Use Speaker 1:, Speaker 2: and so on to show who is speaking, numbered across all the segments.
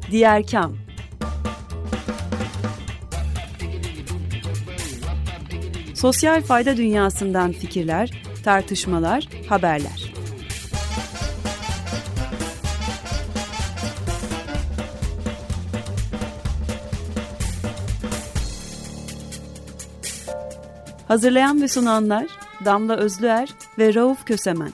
Speaker 1: Diğer Kam. Sosyal fayda dünyasından fikirler, tartışmalar, haberler. Hazırlayan ve sunanlar Damla Özlüer ve Rauf Kösemen.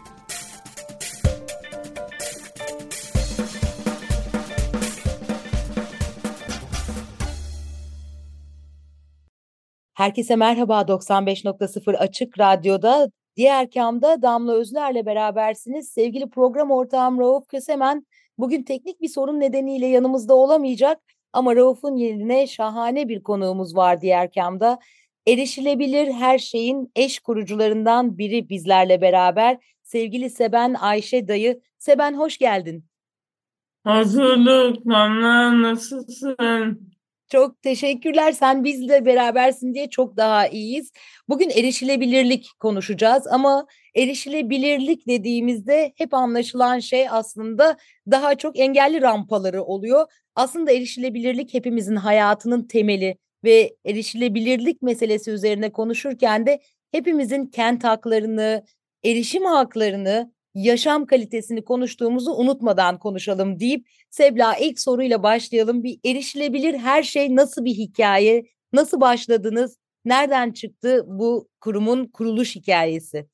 Speaker 2: Herkese merhaba. 95.0 Açık Radyo'da Diğer Kam'da Damla Özler'le berabersiniz. Sevgili program ortağım Rauf Kösemen bugün teknik bir sorun nedeniyle yanımızda olamayacak ama Rauf'un yerine şahane bir konuğumuz var Diğer Kam'da. Erişilebilir her şeyin eş kurucularından biri bizlerle beraber. Sevgili Seben Ayşe Dayı. Seben hoş geldin.
Speaker 3: Hoş bulduk. Damla, nasılsın?
Speaker 2: Çok teşekkürler. Sen bizle berabersin diye çok daha iyiyiz. Bugün erişilebilirlik konuşacağız ama erişilebilirlik dediğimizde hep anlaşılan şey aslında daha çok engelli rampaları oluyor. Aslında erişilebilirlik hepimizin hayatının temeli ve erişilebilirlik meselesi üzerine konuşurken de hepimizin kent haklarını, erişim haklarını, yaşam kalitesini konuştuğumuzu unutmadan konuşalım deyip Sebla ilk soruyla başlayalım. Bir erişilebilir her şey nasıl bir hikaye? Nasıl başladınız? Nereden çıktı bu kurumun kuruluş hikayesi?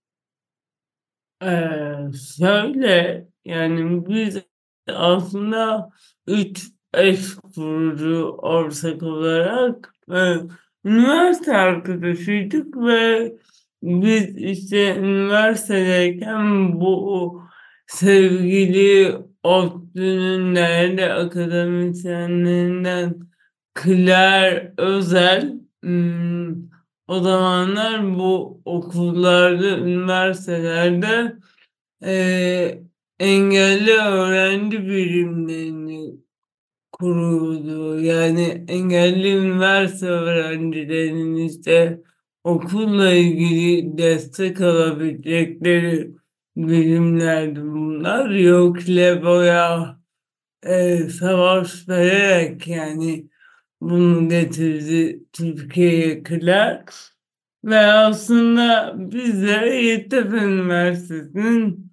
Speaker 3: Şöyle yani biz aslında üç eş kurucu ortak olarak üniversite arkadaşıydık ve biz işte üniversitedeyken bu sevgili ODTÜ'nün değerli akademisyenlerinden Claire Özel o zamanlar bu okullarda, üniversitelerde eee, engelli öğrenci birimlerini kuruyordu. Yani engelli üniversite öğrencilerinin işte okulla ilgili destek alabilecekleri birimlerdi bunlar. Yok Lebo'ya savaş vererek yani bunu getirdi Türkiye'ye Clark. Ve aslında biz de Yeditepe Üniversitesi'nin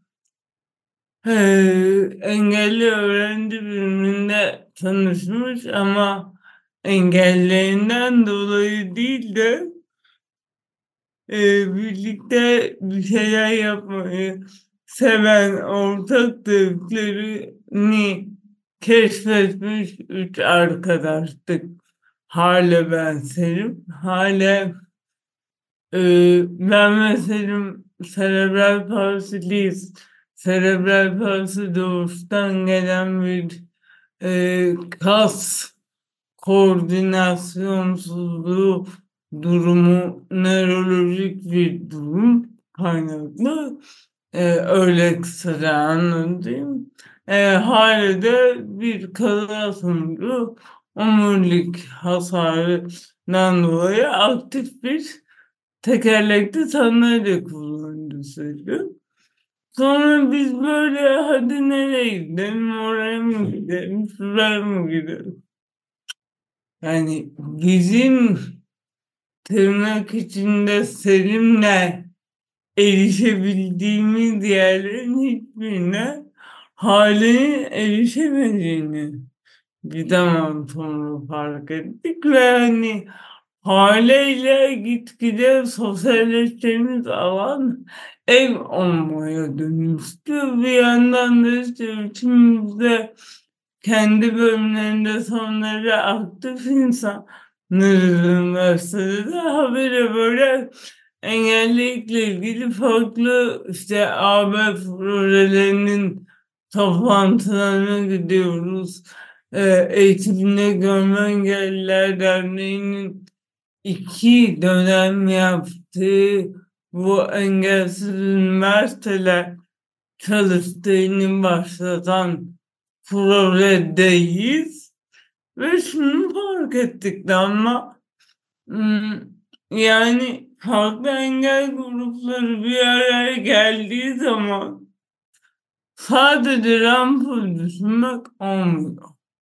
Speaker 3: engelli öğrenci biriminde tanışmış ama engellerinden dolayı değil de birlikte bir şeyler yapmayı seven ortak zevklerini keşfetmiş üç arkadaştık. Hale, ben, Selim. Hale ben mesela serebral palsiliyiz. Serebral palsi doğuştan gelen bir kas koordinasyonsuzluğu durumu, nörolojik bir durum kaynaklı. Öyle kısaca anlatayım. Halde bir kaza sonucu omurilik hasarından dolayı aktif bir tekerlekli sandalye kullanıcısıydı. Sonra biz böyle hadi nereye gidelim, oraya mı gidelim, şuraya mı gidelim? Yani bizim tırnak içinde Selim'le erişebildiğimiz yerlerin hiçbirine Hale'nin erişemediğini bir zaman sonra fark ettik ve hani Haleyle gitgide sosyalleştiğimiz alan ev olmaya dönüştü. Bir yandan da işte içimizde kendi bölümlerinde son derece aktif insanlarız üniversitede de habire böyle engellilikle ilgili farklı işte AB projelerinin toplantılarına gidiyoruz. Eğitimde Görme Engelliler Derneği'nin 2 dönem yaptığı bu engelsiz üniversiteler çalıştığını başlatan projedeyiz. Ve şunu fark ettik de ama hmm, yani farklı engel grupları bir araya geldiği zaman sadece rampa düşünmek olmuyor.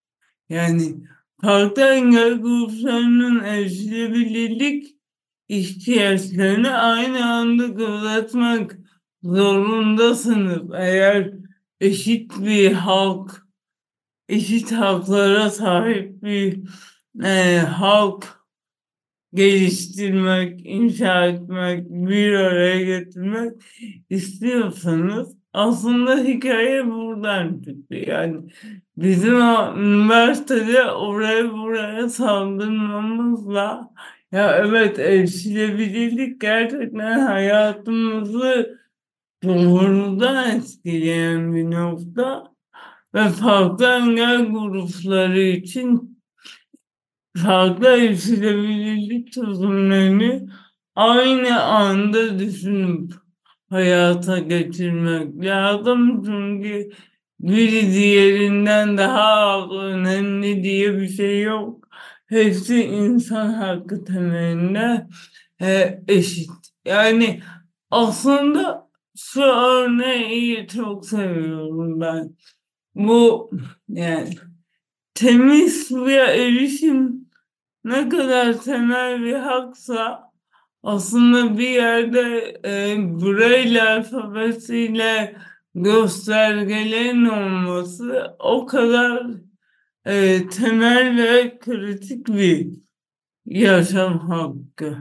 Speaker 3: Yani farklı engel gruplarının erişilebilirlik ihtiyaçlarını aynı anda gözetmek zorundasınız. Eğer eşit bir halk, eşit haklara sahip bir halk geliştirmek, inşa etmek, bir araya getirmek istiyorsanız aslında hikaye buradan çıktı. Yani bizim o üniversitede oraya buraya saldırmamızla ya evet erişilebilirlik gerçekten hayatımızı doğrudan etkileyen bir nokta ve farklı engel grupları için farklı erişilebilirlik çözümlerini aynı anda düşünüp hayata geçirmek lazım. Çünkü biri diğerinden daha önemli diye bir şey yok. Hepsi insan hakkı temelinde eşit. Yani aslında şu örneği çok seviyorum ben. Bu yani temiz suya erişim ne kadar temel bir haksa aslında bir yerde Braille alfabesiyle göstergelerin olması o kadar temel ve kritik bir yaşam hakkı.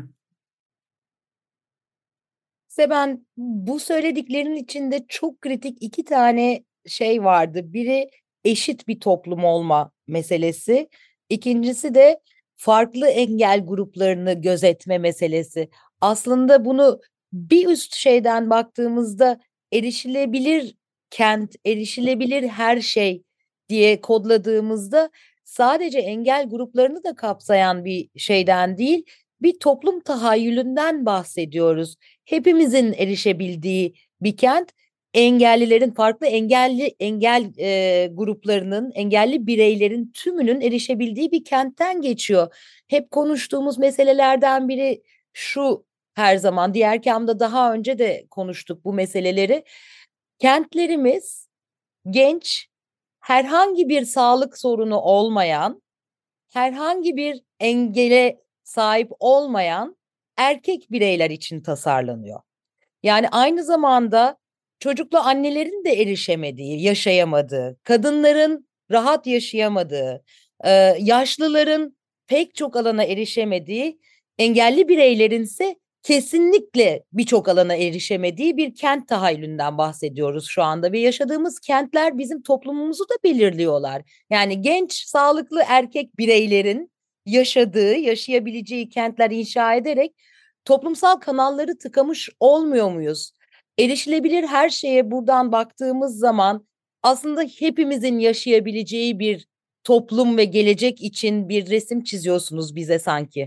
Speaker 2: İşte ben bu söylediklerin içinde çok kritik iki tane şey vardı. Biri eşit bir toplum olma meselesi. İkincisi de farklı engel gruplarını gözetme meselesi. Aslında bunu bir üst şeyden baktığımızda erişilebilir kent, erişilebilir her şey diye kodladığımızda sadece engel gruplarını da kapsayan bir şeyden değil, bir toplum tahayyülünden bahsediyoruz. Hepimizin erişebildiği bir kent, engellilerin farklı engel gruplarının, engelli bireylerin tümünün erişebildiği bir kentten geçiyor. Hep konuştuğumuz meselelerden biri şu, her zaman diğer kamda daha önce de konuştuk bu meseleleri. Kentlerimiz genç, herhangi bir sağlık sorunu olmayan, herhangi bir engele sahip olmayan erkek bireyler için tasarlanıyor. Yani aynı zamanda çocuklu annelerin de erişemediği, yaşayamadığı, kadınların rahat yaşayamadığı, yaşlıların pek çok alana erişemediği, engelli bireylerin ise kesinlikle birçok alana erişemediği bir kent tahayyülünden bahsediyoruz şu anda ve yaşadığımız kentler bizim toplumumuzu da belirliyorlar. Yani genç, sağlıklı erkek bireylerin yaşadığı, yaşayabileceği kentler inşa ederek toplumsal kanalları tıkamış olmuyor muyuz? Erişilebilir her şeye buradan baktığımız zaman aslında hepimizin yaşayabileceği bir toplum ve gelecek için bir resim çiziyorsunuz bize sanki.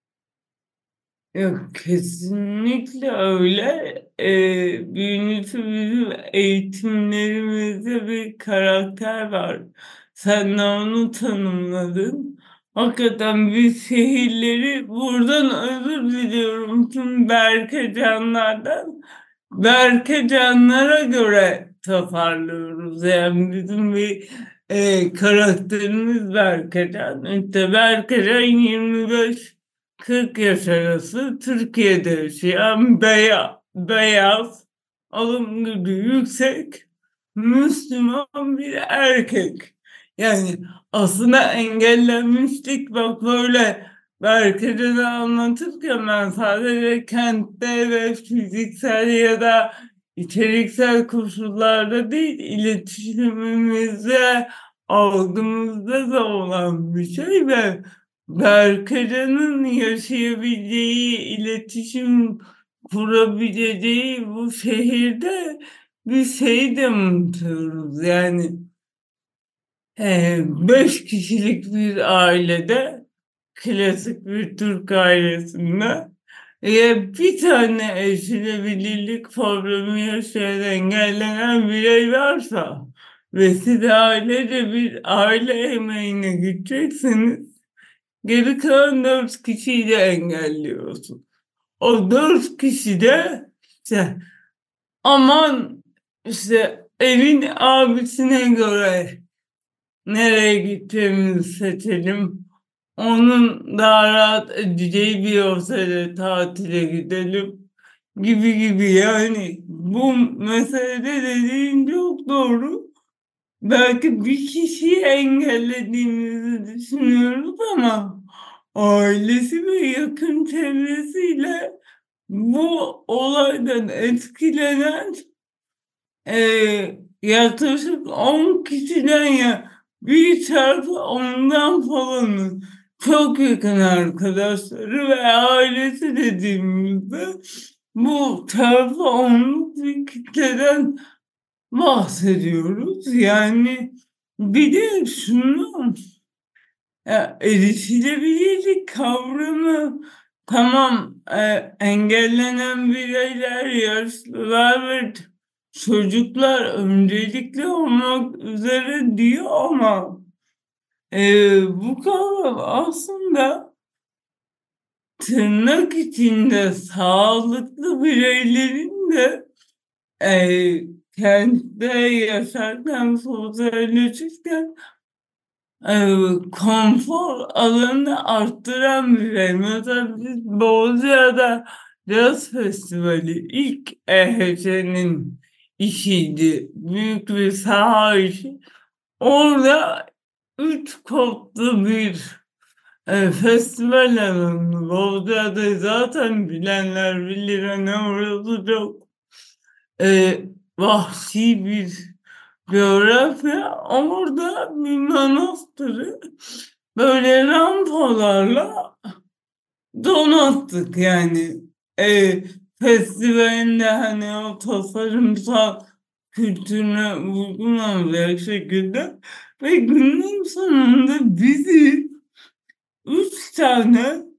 Speaker 3: Yok, kesinlikle öyle. Birincisi bizim eğitimlerimizde bir karakter var. Sen de onu tanımladın. Hakikaten biz şehirleri buradan özür diliyorum tüm Berkecanlardan. Berkecanlara göre tasarlıyoruz. Yani bizim bir karakterimiz Berkecan. İşte Berkecan 25-40 yaş arası Türkiye'de yaşayan beyaz, alım gücü yüksek, Müslüman bir erkek. Yani aslında engellenmişlik bak böyle belki de anlatırken ben sadece kentte ve fiziksel ya da içeriksel koşullarda değil iletişimimizde algımızda da olan bir şey ve Berkecan'ın yaşayabileceği, iletişim kurabileceği bu şehirde bir şey de unutuyoruz. Yani 5 kişilik bir ailede, klasik bir Türk ailesinde bir tane erişilebilirlik problemi yaşayan engellenen birey varsa ve siz ailece bir aile emeğine gideceksiniz, geri kalan 4 kişiyi de engelliyorsun. O 4 kişi de işte aman işte evin abisine göre nereye gideceğimizi seçelim. Onun daha rahat edeceği bir otele tatile gidelim gibi gibi yani bu meselede dediğin çok doğru. Belki bir kişiyi engellediğimizi düşünüyoruz ama ailesi ve yakın çevresiyle bu olaydan etkilenen yaklaşık 10 kişiden ya bir çarpı ondan falanı çok yakın arkadaşları ve ailesi dediğimizde bu çarpı onluk bir kitleden bahsediyoruz. Yani bir de şunu erişilebilirlik kavramı tamam engellenen bireyler, yaşlılar ve çocuklar öncelikli olmak üzere diyor ama bu kavram aslında tırnak içinde sağlıklı bireylerin de e, kentte yaşarken, sosyalleşirken konfor alanını arttıran bir şey. Mesela biz Bozcaada Caz Festivali ilk EHC'nin işiydi. Büyük bir saha işi. Orada 3 katlı bir festival alanı. Bozcaada'yı zaten bilenler bilir. Hani orası çok e, vahşi bir coğrafya. Orada bir manastırı böyle rampalarla donattık yani. E, Festivalinde hani o tasarımsal kültürüne uygun olacak şekilde ve günün sonunda bizi 3 tane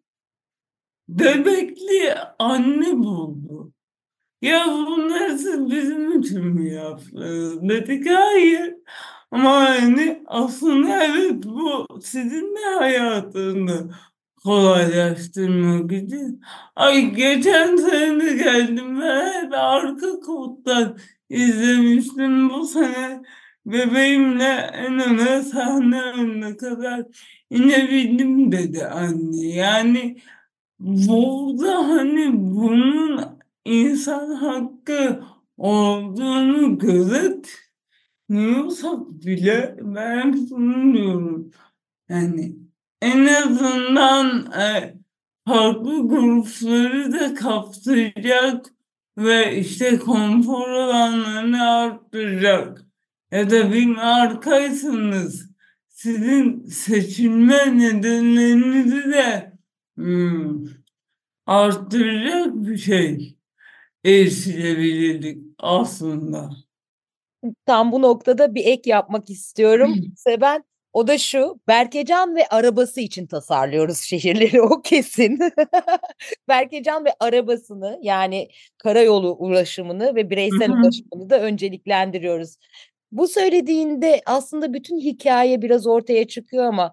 Speaker 3: bebekli anne buldu. Ya bunları siz bizim için mi yaptınız? Dedik hayır. Ama hani aslında evet bu sizin de hayatını kolaylaştırmak için. Ay geçen sene de geldim ve hep arka koltuktan izlemiştim bu sene. Bebeğimle en öne sahne önüne kadar inebildim dedi anne. Yani burada hani bunun insan hakkı olduğunu gözetmiyorsak bile ben şunu diyorum. Yani en azından farklı grupları da kapsayacak ve işte konfor alanlarını arttıracak. Ya da bir markaysınız. Sizin seçilme nedenlerinizi de hmm, arttıracak bir şey erişilebilirlik aslında.
Speaker 2: Tam bu noktada bir ek yapmak istiyorum. Ben o da şu: Berkecan ve arabası için tasarlıyoruz şehirleri, o kesin. Berkecan ve arabasını, yani karayolu ulaşımını ve bireysel ulaşımını da önceliklendiriyoruz. Bu söylediğinde aslında bütün hikaye biraz ortaya çıkıyor ama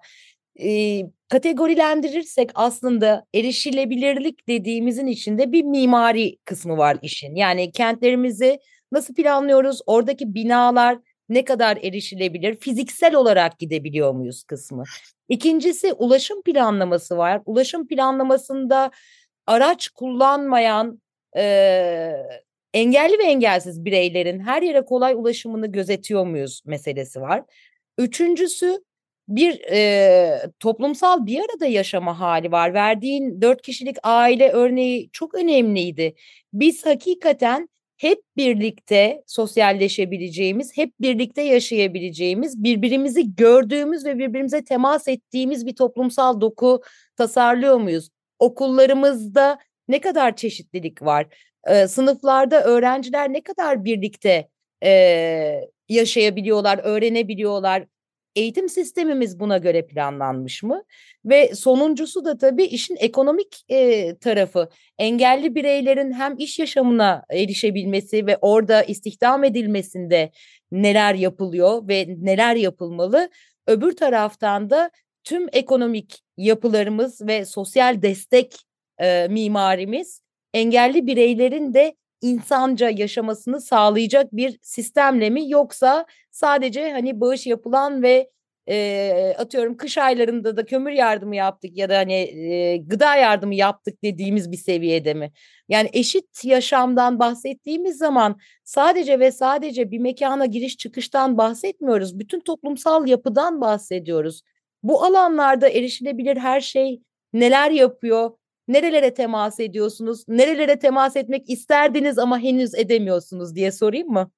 Speaker 2: kategorilendirirsek aslında erişilebilirlik dediğimizin içinde bir mimari kısmı var işin. Yani kentlerimizi nasıl planlıyoruz? Oradaki binalar ne kadar erişilebilir? Fiziksel olarak gidebiliyor muyuz kısmı. İkincisi ulaşım planlaması var. Ulaşım planlamasında araç kullanmayan engelli ve engelsiz bireylerin her yere kolay ulaşımını gözetiyor muyuz meselesi var. Üçüncüsü bir toplumsal bir arada yaşama hali var. Verdiğin 4 kişilik aile örneği çok önemliydi. Biz hakikaten hep birlikte sosyalleşebileceğimiz, hep birlikte yaşayabileceğimiz, birbirimizi gördüğümüz ve birbirimize temas ettiğimiz bir toplumsal doku tasarlıyor muyuz? Okullarımızda ne kadar çeşitlilik var? Sınıflarda öğrenciler ne kadar birlikte yaşayabiliyorlar, öğrenebiliyorlar? Eğitim sistemimiz buna göre planlanmış mı? Ve sonuncusu da tabii işin ekonomik tarafı. Engelli bireylerin hem iş yaşamına erişebilmesi ve orada istihdam edilmesinde neler yapılıyor ve neler yapılmalı? Öbür taraftan da tüm ekonomik yapılarımız ve sosyal destek mimarimiz engelli bireylerin de insanca yaşamasını sağlayacak bir sistemle mi, yoksa sadece hani bağış yapılan ve atıyorum kış aylarında da kömür yardımı yaptık ya da hani gıda yardımı yaptık dediğimiz bir seviyede mi? Yani eşit yaşamdan bahsettiğimiz zaman sadece ve sadece bir mekana giriş çıkıştan bahsetmiyoruz. Bütün toplumsal yapıdan bahsediyoruz. Bu alanlarda erişilebilir her şey neler yapıyor? Nerelere temas ediyorsunuz? Nerelere temas etmek isterdiniz ama henüz edemiyorsunuz diye sorayım mı?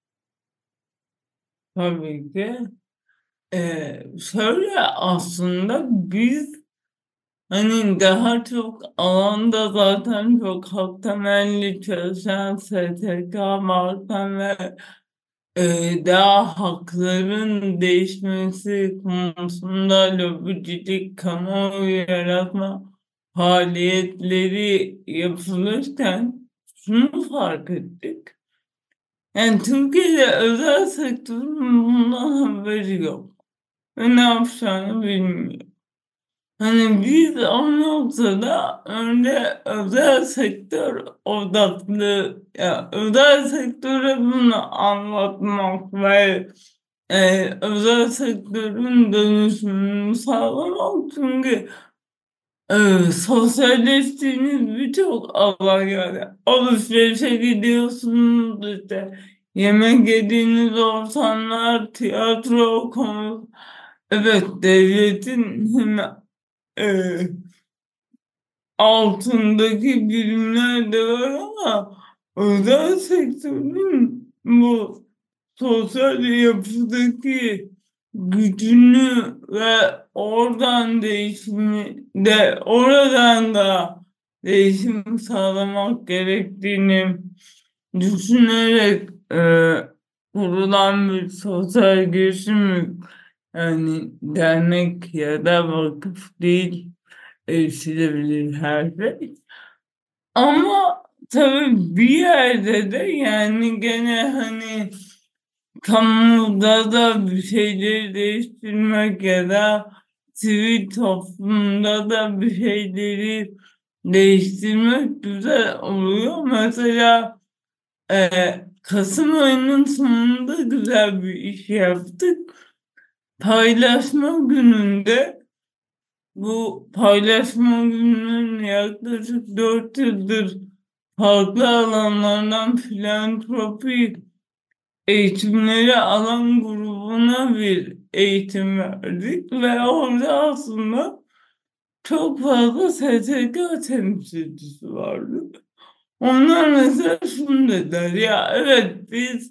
Speaker 3: Tabii ki. Şöyle aslında biz hani daha çok alanda zaten çok halk temelli çalışan STK varken ve daha hakların değişmesi konusunda lobicilik, kamuoyu yaratma faaliyetleri yapılırken şunu fark ettik. Yani Türkiye'de özel sektörün bundan haberi yok ve ne yapacağını bilmiyor. Hani biz o noktada önce özel sektör odaklı, ya özel sektöre bunu anlatmak ve özel sektörün dönüşümünü sağlamak, çünkü sosyalleştiğiniz birçok alan, yani alışverişe gidiyorsunuz, işte yemek yediğiniz ortamlar, tiyatro, konu. Evet, devletin e, altındaki birimler de var ama özel sektörün bu sosyal yapıdaki gücünü ve oradan değişimi de oradan da değişim sağlamak gerektiğini düşünerek kurulan bir sosyal girişim, yani dernek ya da vakıf değil, erişilebilir her şey. Ama tabii bir yerde de yani gene hani kamuda da bir şeyleri değiştirmek ya da sivil toplumda da bir şeyleri değiştirmek güzel oluyor. Mesela Kasım ayının sonunda güzel bir iş yaptık. Paylaşma gününde, bu paylaşma gününün yaklaşık 4 yıldır farklı alanlardan filantropi eğitimleri alan grubuna bir eğitim verdik ve orada aslında çok fazla STK temsilcisi vardı. Onlar mesela şunu dediler: ya evet, biz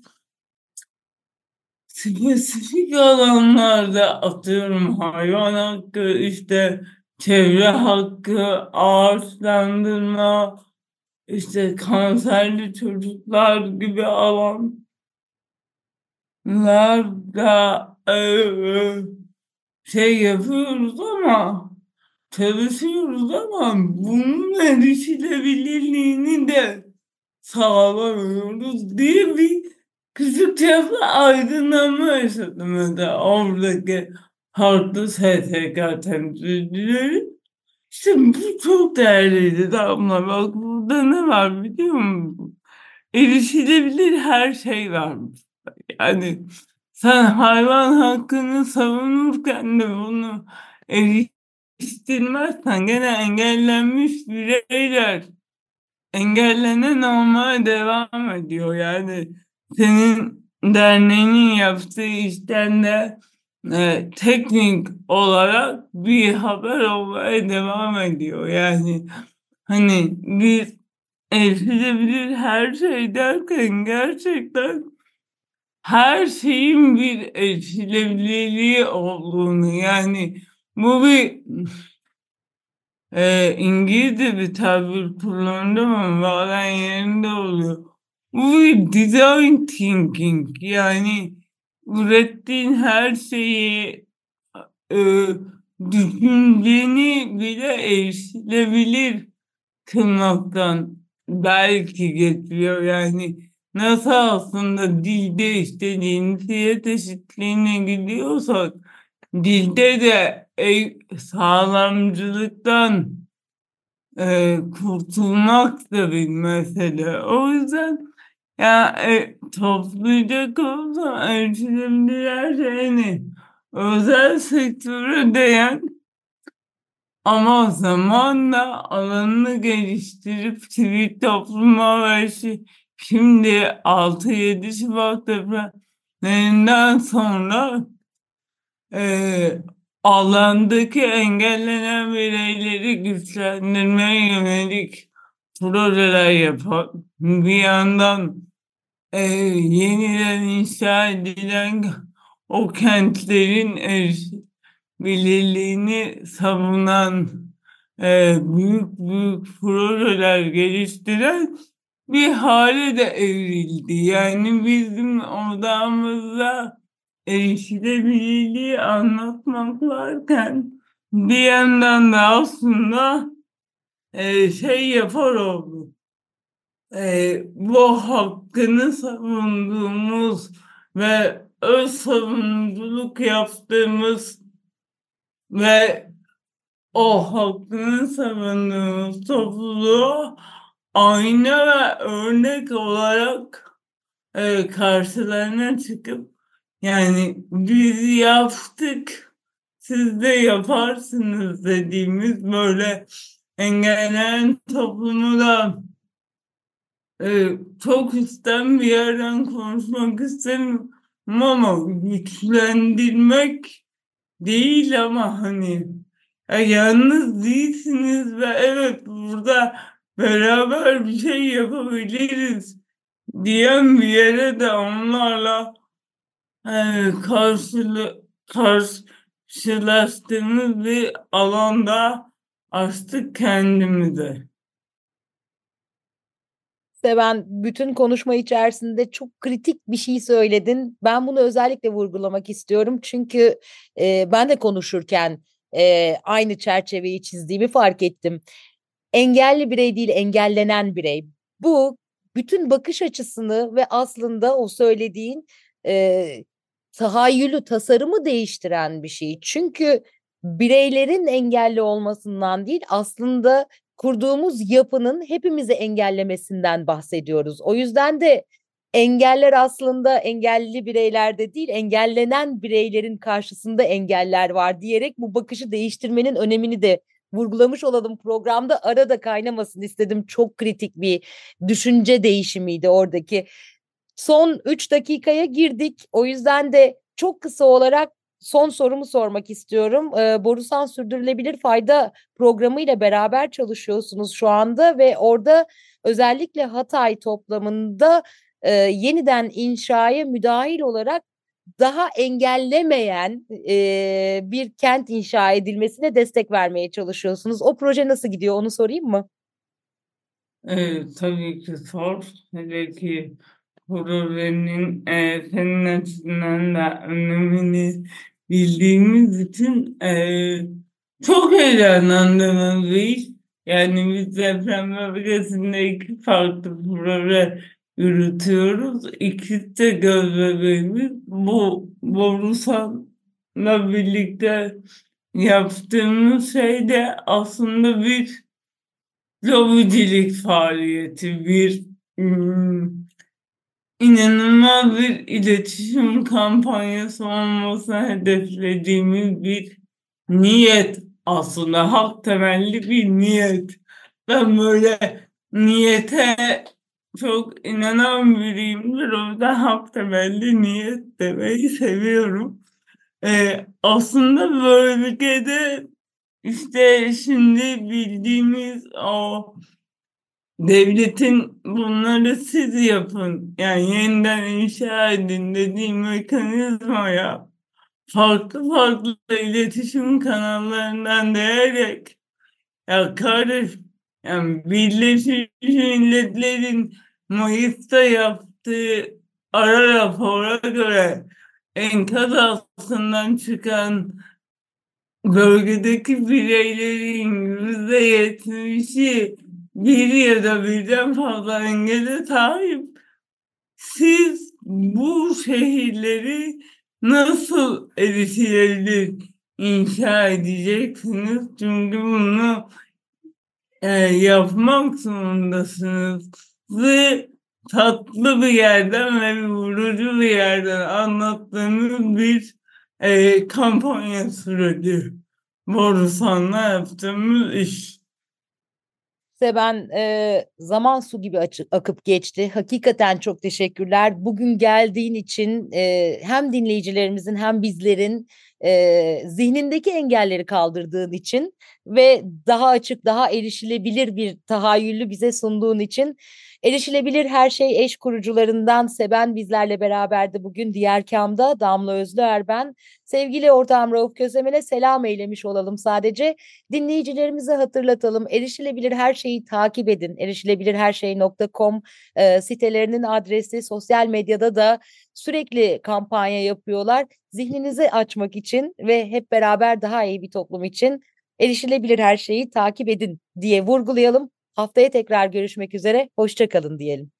Speaker 3: spesifik alanlarda, atıyorum hayvan hakkı, işte çevre hakkı, ağaçlandırma, işte kanserli çocuklar gibi alanlarda şey yapıyoruz ama çalışıyoruz ama bunun erişilebilirliğini de sağlamıyoruz diye bir küçük çaplı aydınlanma yaşadım mesela oradaki farklı STK temsilcileri. İşte bu çok değerliydi Damla. Bak, burada ne var biliyor musun? Erişilebilir her şey varmış. Yani sen hayvan hakkını savunurken de bunu eriştirmezsen gene engellenmiş bireyler engellenen olmaya devam ediyor. Yani senin derneğinin yaptığı işten de teknik olarak bir haber olmaya devam ediyor. Yani hani biz erişilebilir her şey derken gerçekten her şeyin bir erişilebilirliği olduğunu, yani bu bir İngilizce bir tabir kullandım ama bazen yerinde oluyor. Bu bir design thinking, yani ürettiğin her şeyi e, düşünceni bile erişilebilir kılmaktan belki getiriyor. Yani nasıl aslında dilde işte cinsiyet eşitliğine gidiyorsak, dilde de sağlamcılıktan kurtulmak da bir mesele. O yüzden ya toplayacak olsam erişilebilir her şey ne? özel sektöre değen ama zamanla alanını geliştirip sivil topluma ve şimdi 6-7 Şubat depremlerinden sonra e, alandaki engellenen bireyleri güçlendirmeye yönelik projeler yapan, bir yandan yeniden inşa edilen o kentlerin erişilebilirliğini savunan büyük büyük projeler geliştiren bir hale de evrildi. Yani bizim odamızda erişilebilirliği anlatmak varken bir yandan da aslında şey yapar oldu. Bu hakkını savunduğumuz ve öz savunuculuk yaptığımız ve o hakkını savunduğumuz topluluğu ayna ve örnek olarak karşılarına çıkıp yani biz yaptık siz de yaparsınız dediğimiz böyle engellenen toplumu da çok üstten bir yerden konuşmak istemiyorum ama güçlendirmek değil ama hani yalnız değilsiniz ve evet burada beraber bir şey yapabiliriz diyen bir yere de onlarla karşılaştığımız bir alanda açtık kendimize.
Speaker 2: Ben bütün konuşma içerisinde çok kritik bir şey söyledin. Ben bunu özellikle vurgulamak istiyorum. Çünkü ben de konuşurken aynı çerçeveyi çizdiğimi fark ettim. Engelli birey değil, engellenen birey. Bu bütün bakış açısını ve aslında o söylediğin e, tahayyülü, tasarımı değiştiren bir şey. Çünkü bireylerin engelli olmasından değil, aslında kurduğumuz yapının hepimizi engellemesinden bahsediyoruz. O yüzden de engeller aslında engelli bireylerde değil, engellenen bireylerin karşısında engeller var diyerek bu bakışı değiştirmenin önemini de vurgulamış olalım programda. Arada kaynamasın istedim. Çok kritik bir düşünce değişimiydi oradaki. Son 3 dakikaya girdik. O yüzden de çok kısa olarak son sorumu sormak istiyorum. Borusan Sürdürülebilir Fayda Programı ile beraber çalışıyorsunuz şu anda ve orada özellikle Hatay toplamında yeniden inşaya müdahil olarak daha engellemeyen bir kent inşa edilmesine destek vermeye çalışıyorsunuz. O proje nasıl gidiyor onu sorayım mı?
Speaker 3: Tabii ki sor. Hele ki projenin senin açısından da önemini bildiğimiz için çok heyecanlandığımız bir iş. Yani biz deprem bölgesinde 2 farklı proje yürütüyoruz. İkisi de göz bebeğimiz. Bu Borusan'la birlikte yaptığımız şey de aslında bir lobicilik faaliyeti, bir inanılmaz bir iletişim kampanyası olmasını hedeflediğimiz bir niyet, aslında hak temelli bir niyet. Ben böyle niyete çok inanan biriyimdir. O yüzden hak temelli niyet demeyi seviyorum. Aslında bölgede işte şimdi bildiğimiz o devletin bunları siz yapın yani yeniden inşa edin dediği mekanizmaya farklı farklı iletişim kanallarından değerek ya kardeş yani Birleşmiş Milletler'in Mayıs'ta yaptığı ara rapora göre enkaz altından çıkan bölgedeki bireylerin %70'i bir ya da birden fazla engele sahip. Siz bu şehirleri nasıl erişilebilir inşa edeceksiniz? Çünkü bunu yapmak zorundasınız. Ve tatlı bir yerden ve vurucu bir yerden anlattığınız bir kampanya süreci Borusan'la yaptığımız iş.
Speaker 2: İşte ben zaman su gibi akıp geçti. Hakikaten çok teşekkürler. Bugün geldiğin için hem dinleyicilerimizin hem bizlerin zihnindeki engelleri kaldırdığın için ve daha açık, daha erişilebilir bir tahayyülü bize sunduğun için. Erişilebilir Her Şey eş kurucularından Seben bizlerle beraberdi bugün. Diğer kamda Damla Özlüer ben. Sevgili ortağım Rauf Kösemen'e selam eylemiş olalım sadece. Dinleyicilerimize hatırlatalım. Erişilebilir Her Şeyi takip edin. Erişilebilirherşey.com sitelerinin adresi. Sosyal medyada da sürekli kampanya yapıyorlar. Zihninizi açmak için ve hep beraber daha iyi bir toplum için Erişilebilir Her Şeyi takip edin diye vurgulayalım. Haftaya tekrar görüşmek üzere. Hoşça kalın diyelim.